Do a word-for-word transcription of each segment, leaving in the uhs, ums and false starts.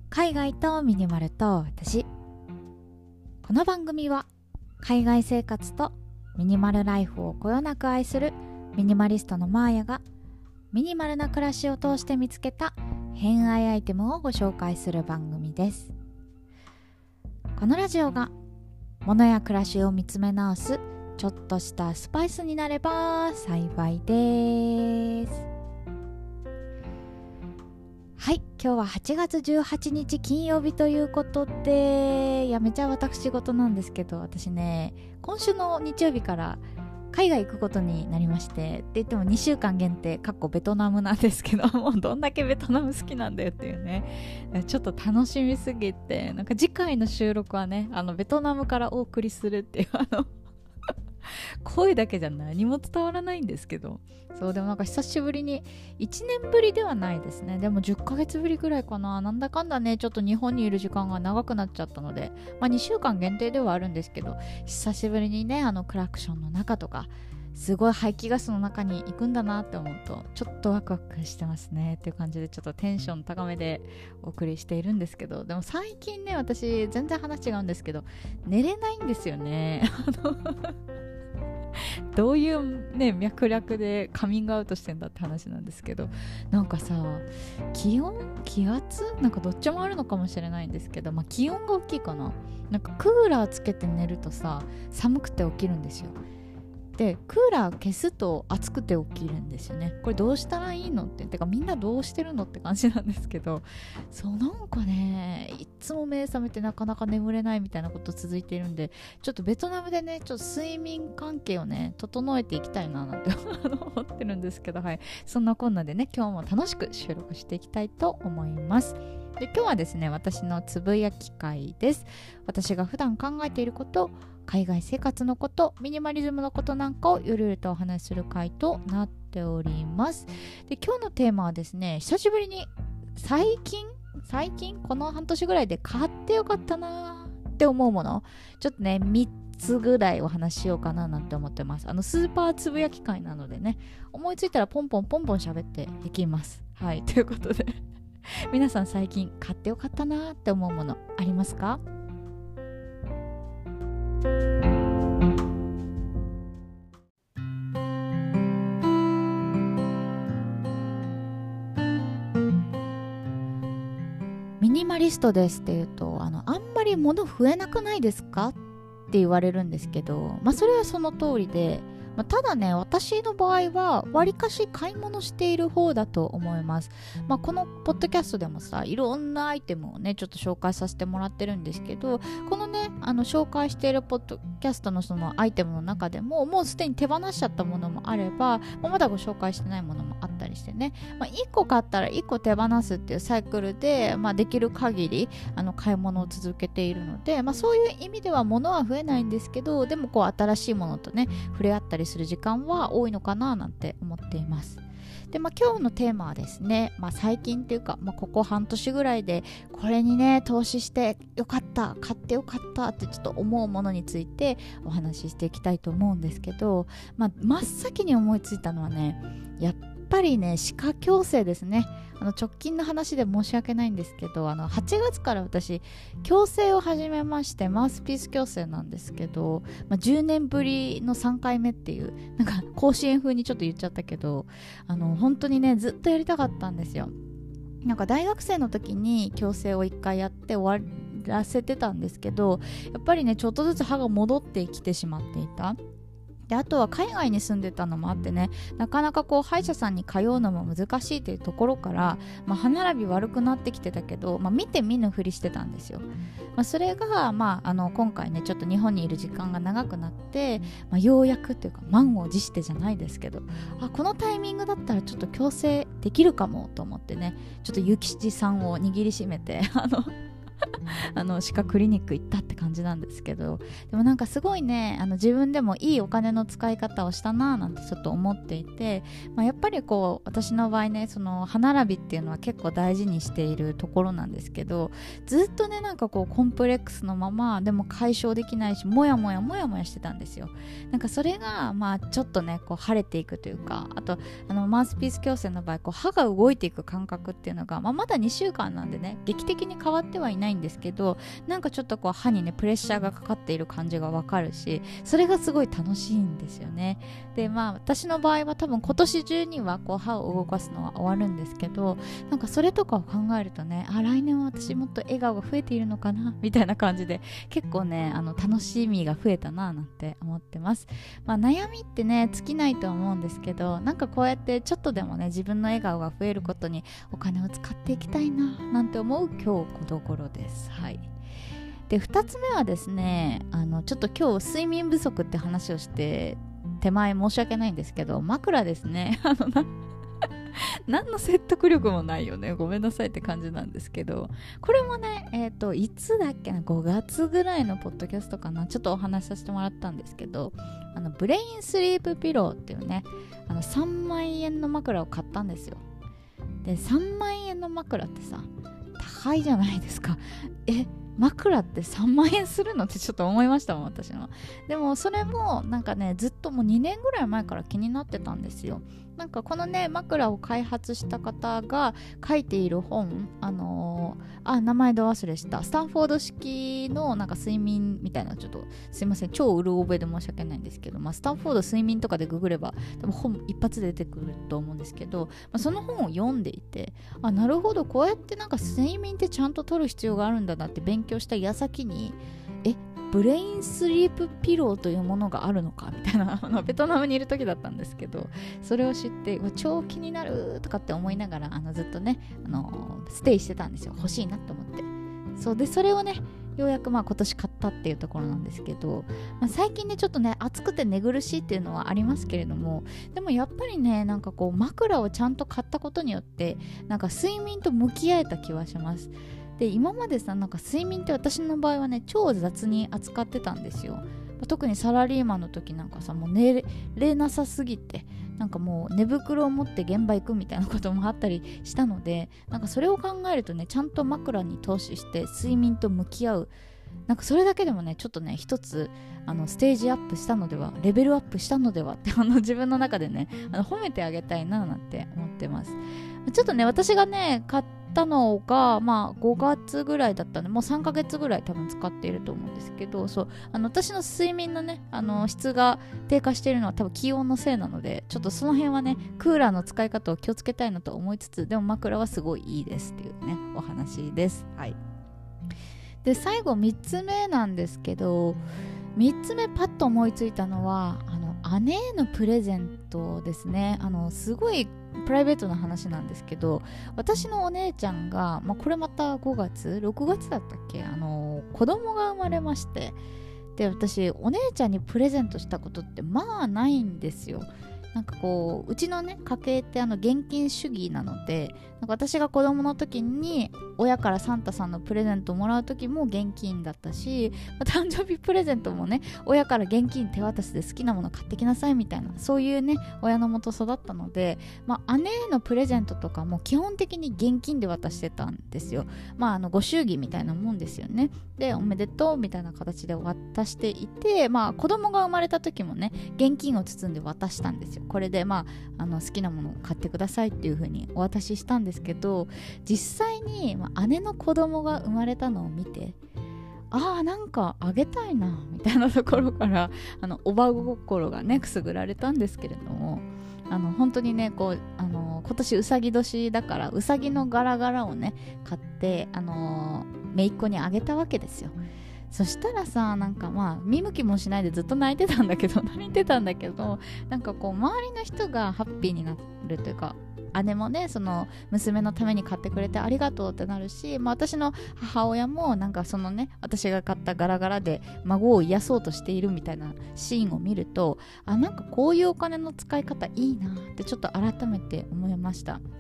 海外とミニマルと私。この番組は海外生活とミニマルライフをこよなく愛するミニマリストのマーヤがミニマルな暮らしを通して見つけた偏愛アイテムをご紹介する番組です。このラジオが物や暮らしを見つめ直すちょっとしたスパイスになれば幸いです。はい、今日ははちがつじゅうはちにち金曜日ということで、いやめちゃ私事なんですけど、私ね今週の日曜日から海外行くことになりまして、って言ってもにしゅうかん限定かっこベトナムなんですけど、もうどんだけベトナム好きなんだよっていうね、ちょっと楽しみすぎて、なんか次回の収録はねあのベトナムからお送りするっていうあの声だけじゃ何も伝わらないんですけど、そうでもなんか久しぶりにいちねんぶりではないですね、でもじゅっかげつぶりぐらいかな、なんだかんだねちょっと日本にいる時間が長くなっちゃったので、まあにしゅうかん限定ではあるんですけど、久しぶりにねあのクラクションの中とかすごい排気ガスの中に行くんだなって思うとちょっとワクワクしてますねっていう感じで、ちょっとテンション高めでお送りしているんですけど、でも最近ね私全然話違うんですけど寝れないんですよねあのどういうね脈絡でカミングアウトしてんだって話なんですけど、なんかさ気温気圧なんかどっちもあるのかもしれないんですけど、まあ気温が大きいかな。なんかクーラーつけて寝るとさ寒くて起きるんですよ。でクーラー消すと暑くて起きるんですよね。これどうしたらいいのっててかみんなどうしてるのって感じなんですけど、そうなんかねいつも目覚めてなかなか眠れないみたいなこと続いているんで、ちょっとベトナムでねちょっと睡眠関係をね整えていきたいななんて思ってるんですけど、はい、そんなこんなでね今日も楽しく収録していきたいと思います。で今日はですね私のつぶやき会です。私が普段考えていること、海外生活のこと、ミニマリズムのことなんかをゆるゆるとお話しする回となっております。で今日のテーマはですね、久しぶりに最近最近この半年ぐらいで買ってよかったなって思うもの、ちょっとねみっつぐらいお話ししようかななんて思ってます。あのスーパーつぶやき会なのでね、思いついたらポンポンポンポン喋っていきます。はい、ということで皆さん最近買ってよかったなって思うものありますか？ミニマリストですって言うと、あのあんまり物増えなくないですかって言われるんですけど、まあそれはその通りで、まあ、ただね私の場合はわりかし買い物している方だと思います。まあ、このポッドキャストでもさいろんなアイテムをねちょっと紹介させてもらってるんですけど、このねあの紹介しているポッドキャストのそのアイテムの中でももうすでに手放しちゃったものもあれば、まあ、まだご紹介してないものもあったりしてね、まあ、いっこ買ったらいっこ手放すっていうサイクルで、まあ、できる限りあの買い物を続けているので、まあ、そういう意味では物は増えないんですけど、でもこう新しいものとね触れ合ったりする時間は多いのかななんて思っています。で、まあ、今日のテーマはですね、まあ、最近っていうか、まあ、ここ半年ぐらいでこれにね投資してよかった、買ってよかったってちょっと思うものについてお話ししていきたいと思うんですけど、まあ、真っ先に思いついたのはねやっぱりね歯科矯正ですね。あの直近の話で申し訳ないんですけど、あのはちがつから私矯正を始めまして、マウスピース矯正なんですけど、まあ、じゅうねんぶりのさんかいめっていうなんか甲子園風にちょっと言っちゃったけど、あの本当にねずっとやりたかったんですよ。なんか大学生の時に矯正をいっかいやって終わらせてたんですけど、やっぱりねちょっとずつ歯が戻ってきてしまっていた。であとは海外に住んでたのもあってね、なかなかこう歯医者さんに通うのも難しいというところから、まあ、歯並び悪くなってきてたけど、まあ、見て見ぬふりしてたんですよ。まあ、それが、まあ、あの今回ねちょっと日本にいる時間が長くなって、まあ、ようやくというか満を持してじゃないですけど、あこのタイミングだったらちょっと矯正できるかもと思ってね、ちょっとゆきちさんを握りしめてあのあの歯科クリニック行ったって感じなんですけど、でもなんかすごいね、あの自分でもいいお金の使い方をしたななんてちょっと思っていて、まあ、やっぱりこう私の場合ね、その歯並びっていうのは結構大事にしているところなんですけど、ずっとねなんかこうコンプレックスのままでも解消できないし、もやもやもやもやしてたんですよ。なんかそれがまあちょっとねこう晴れていくというか、あとあのマウスピース矯正の場合こう歯が動いていく感覚っていうのが、まあ、まだにしゅうかんなんでね劇的に変わってはいないんですけど、なんかちょっとこう歯にねプレッシャーがかかっている感じがわかるし、それがすごい楽しいんですよね。でまあ私の場合は多分今年中にはこう歯を動かすのは終わるんですけど、なんかそれとかを考えるとね、あ来年は私もっと笑顔が増えているのかなみたいな感じで、結構ねあの楽しみが増えたななんて思ってます。まあ、悩みってね尽きないと思うんですけど、なんかこうやってちょっとでもね自分の笑顔が増えることにお金を使っていきたいななんて思う今日この頃です。はい。でふたつめはですね、あのちょっと今日睡眠不足って話をして手前申し訳ないんですけど、枕ですね。あのな何の説得力もないよね、ごめんなさいって感じなんですけど、これもねえっといつだっけな、ごがつぐらいのポッドキャストかな、ちょっとお話しさせてもらったんですけど、あのブレインスリープピローっていうね、あのさんまんえんの枕を買ったんですよ。でさんまんえんの枕ってさ高いじゃないですか。え枕ってさんまんえんするのってちょっと思いましたもん、私の。でもそれもなんかねずっともうにねんぐらい前から気になってたんですよ。なんかこのね枕を開発した方が書いている本、あのー、あ名前ど忘れした、スタンフォード式のなんか睡眠みたいな、ちょっとすいません超うる覚えで申し訳ないんですけど、まあ、スタンフォード睡眠とかでググれば多分本一発で出てくると思うんですけど、まあ、その本を読んでいて、あなるほどこうやってなんか睡眠ってちゃんと取る必要があるんだなって勉強した矢先に、えブレインスリープピローというものがあるのかみたいな、あのベトナムにいる時だったんですけど、それを知って超気になるとかって思いながら、あのずっとねあのステイしてたんですよ、欲しいなと思って。そうでそれをねようやくまあ今年買ったっていうところなんですけど、まあ、最近ねちょっとね暑くて寝苦しいっていうのはありますけれども、でもやっぱりねなんかこう枕をちゃんと買ったことによってなんか睡眠と向き合えた気はします。で今までさなんか睡眠って私の場合はね超雑に扱ってたんですよ。特にサラリーマンの時なんかさもう寝れなさすぎて、なんかもう寝袋を持って現場行くみたいなこともあったりしたので、なんかそれを考えるとねちゃんと枕に投資して睡眠と向き合う、なんかそれだけでもねちょっとね一つあのステージアップしたのでは、レベルアップしたのではってあの自分の中でねあの褒めてあげたいななんて思ってます。ちょっとね私がね買ったのがまあごがつぐらいだったんで、もうさんかげつぐらい多分使っていると思うんですけど、そうあの私の睡眠のねあの質が低下しているのは多分気温のせいなので、ちょっとその辺はねクーラーの使い方を気をつけたいなと思いつつ、でも枕はすごいいいですっていうねお話です。はい。で最後みっつめなんですけど、みっつめパッと思いついたのはあの姉へのプレゼントですね。あのすごいプライベートな話なんですけど、私のお姉ちゃんが、まあ、これまたごがつろくがつだったっけ、あの子供が生まれまして、で私お姉ちゃんにプレゼントしたことってまあないんですよ。なんかこううちのね家系ってあの現金主義なので、なんか私が子供の時に親からサンタさんのプレゼントをもらう時も現金だったし、まあ、誕生日プレゼントもね親から現金手渡しで好きなもの買ってきなさいみたいな、そういうね親のもと育ったので、まあ、姉へのプレゼントとかも基本的に現金で渡してたんですよ。まああのご祝儀みたいなもんですよね。でおめでとうみたいな形で渡していて、まあ子供が生まれた時もね現金を包んで渡したんですよ。これでまああの好きなものを買ってくださいっていう風にお渡ししたんですけど、実際に、まあ、姉の子供が生まれたのを見て、ああなんかあげたいなみたいなところからあのおば心がねくすぐられたんですけれども、あの本当にねこうあの今年うさぎ年だからうさぎの柄柄をね買ってあの姪っ子にあげたわけですよ。そしたらさなんかまあ見向きもしないでずっと泣いてたんだけど泣いてたんだけどなんかこう周りの人がハッピーになるというか、姉もねその娘のために買ってくれてありがとうってなるし、まあ、私の母親もなんかそのね私が買ったガラガラで孫を癒そうとしているみたいなシーンを見ると、あなんかこういうお金の使い方いいなってちょっと改めて思いました。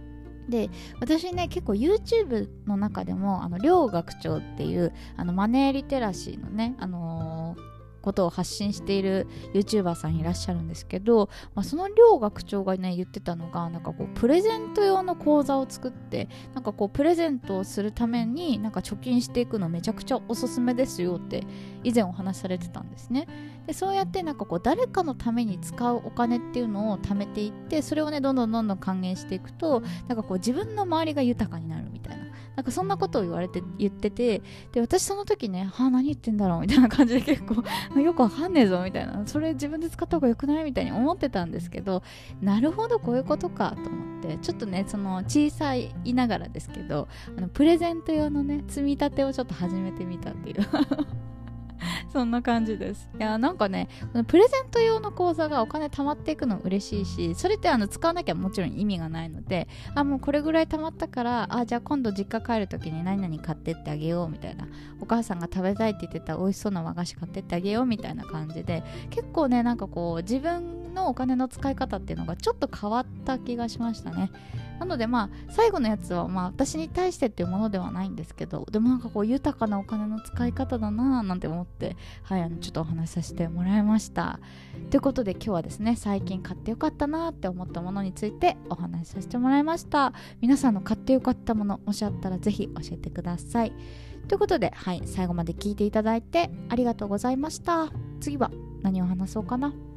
で私ね結構 YouTube の中でもあの両学長っていうあのマネーリテラシーのね、あのーことを発信している YouTuber さんいらっしゃるんですけど、まあ、その両学長がね言ってたのが、なんかこうプレゼント用の講座を作って、なんかこうプレゼントをするためになんか貯金していくのめちゃくちゃおすすめですよって以前お話しされてたんですね。でそうやってなんかこう誰かのために使うお金っていうのを貯めていって、それをねどんどんどんどん還元していくと、なんかこう自分の周りが豊かになるみたいな、なんかそんなことを言われて言ってて、で私その時ね、はあ何言ってんだろうみたいな感じで結構よくわかんねえぞみたいな、それ自分で使った方がよくないみたいに思ってたんですけど、なるほどこういうことかと思って、ちょっとねその小さいながらですけど、あのプレゼント用のね積み立てをちょっと始めてみたっていうそんな感じです。いやなんかね、プレゼント用の口座がお金貯まっていくの嬉しいし、それってあの使わなきゃもちろん意味がないので、あもうこれぐらい貯まったから、あじゃあ今度実家帰るときに何々買ってってあげようみたいな、お母さんが食べたいって言ってた美味しそうな和菓子買ってってあげようみたいな感じで、結構ねなんかこう自分のお金の使い方っていうのがちょっと変わった気がしましたね。なのでまあ最後のやつはまあ私に対してっていうものではないんですけど、でもなんかこう豊かなお金の使い方だなぁなんて思って、はいあのちょっとお話しさせてもらいました。ということで今日はですね、最近買ってよかったなって思ったものについてお話しさせてもらいました。皆さんの買ってよかったものもしあったらぜひ教えてください。ということで、はい最後まで聞いていただいてありがとうございました。次は何を話そうかな。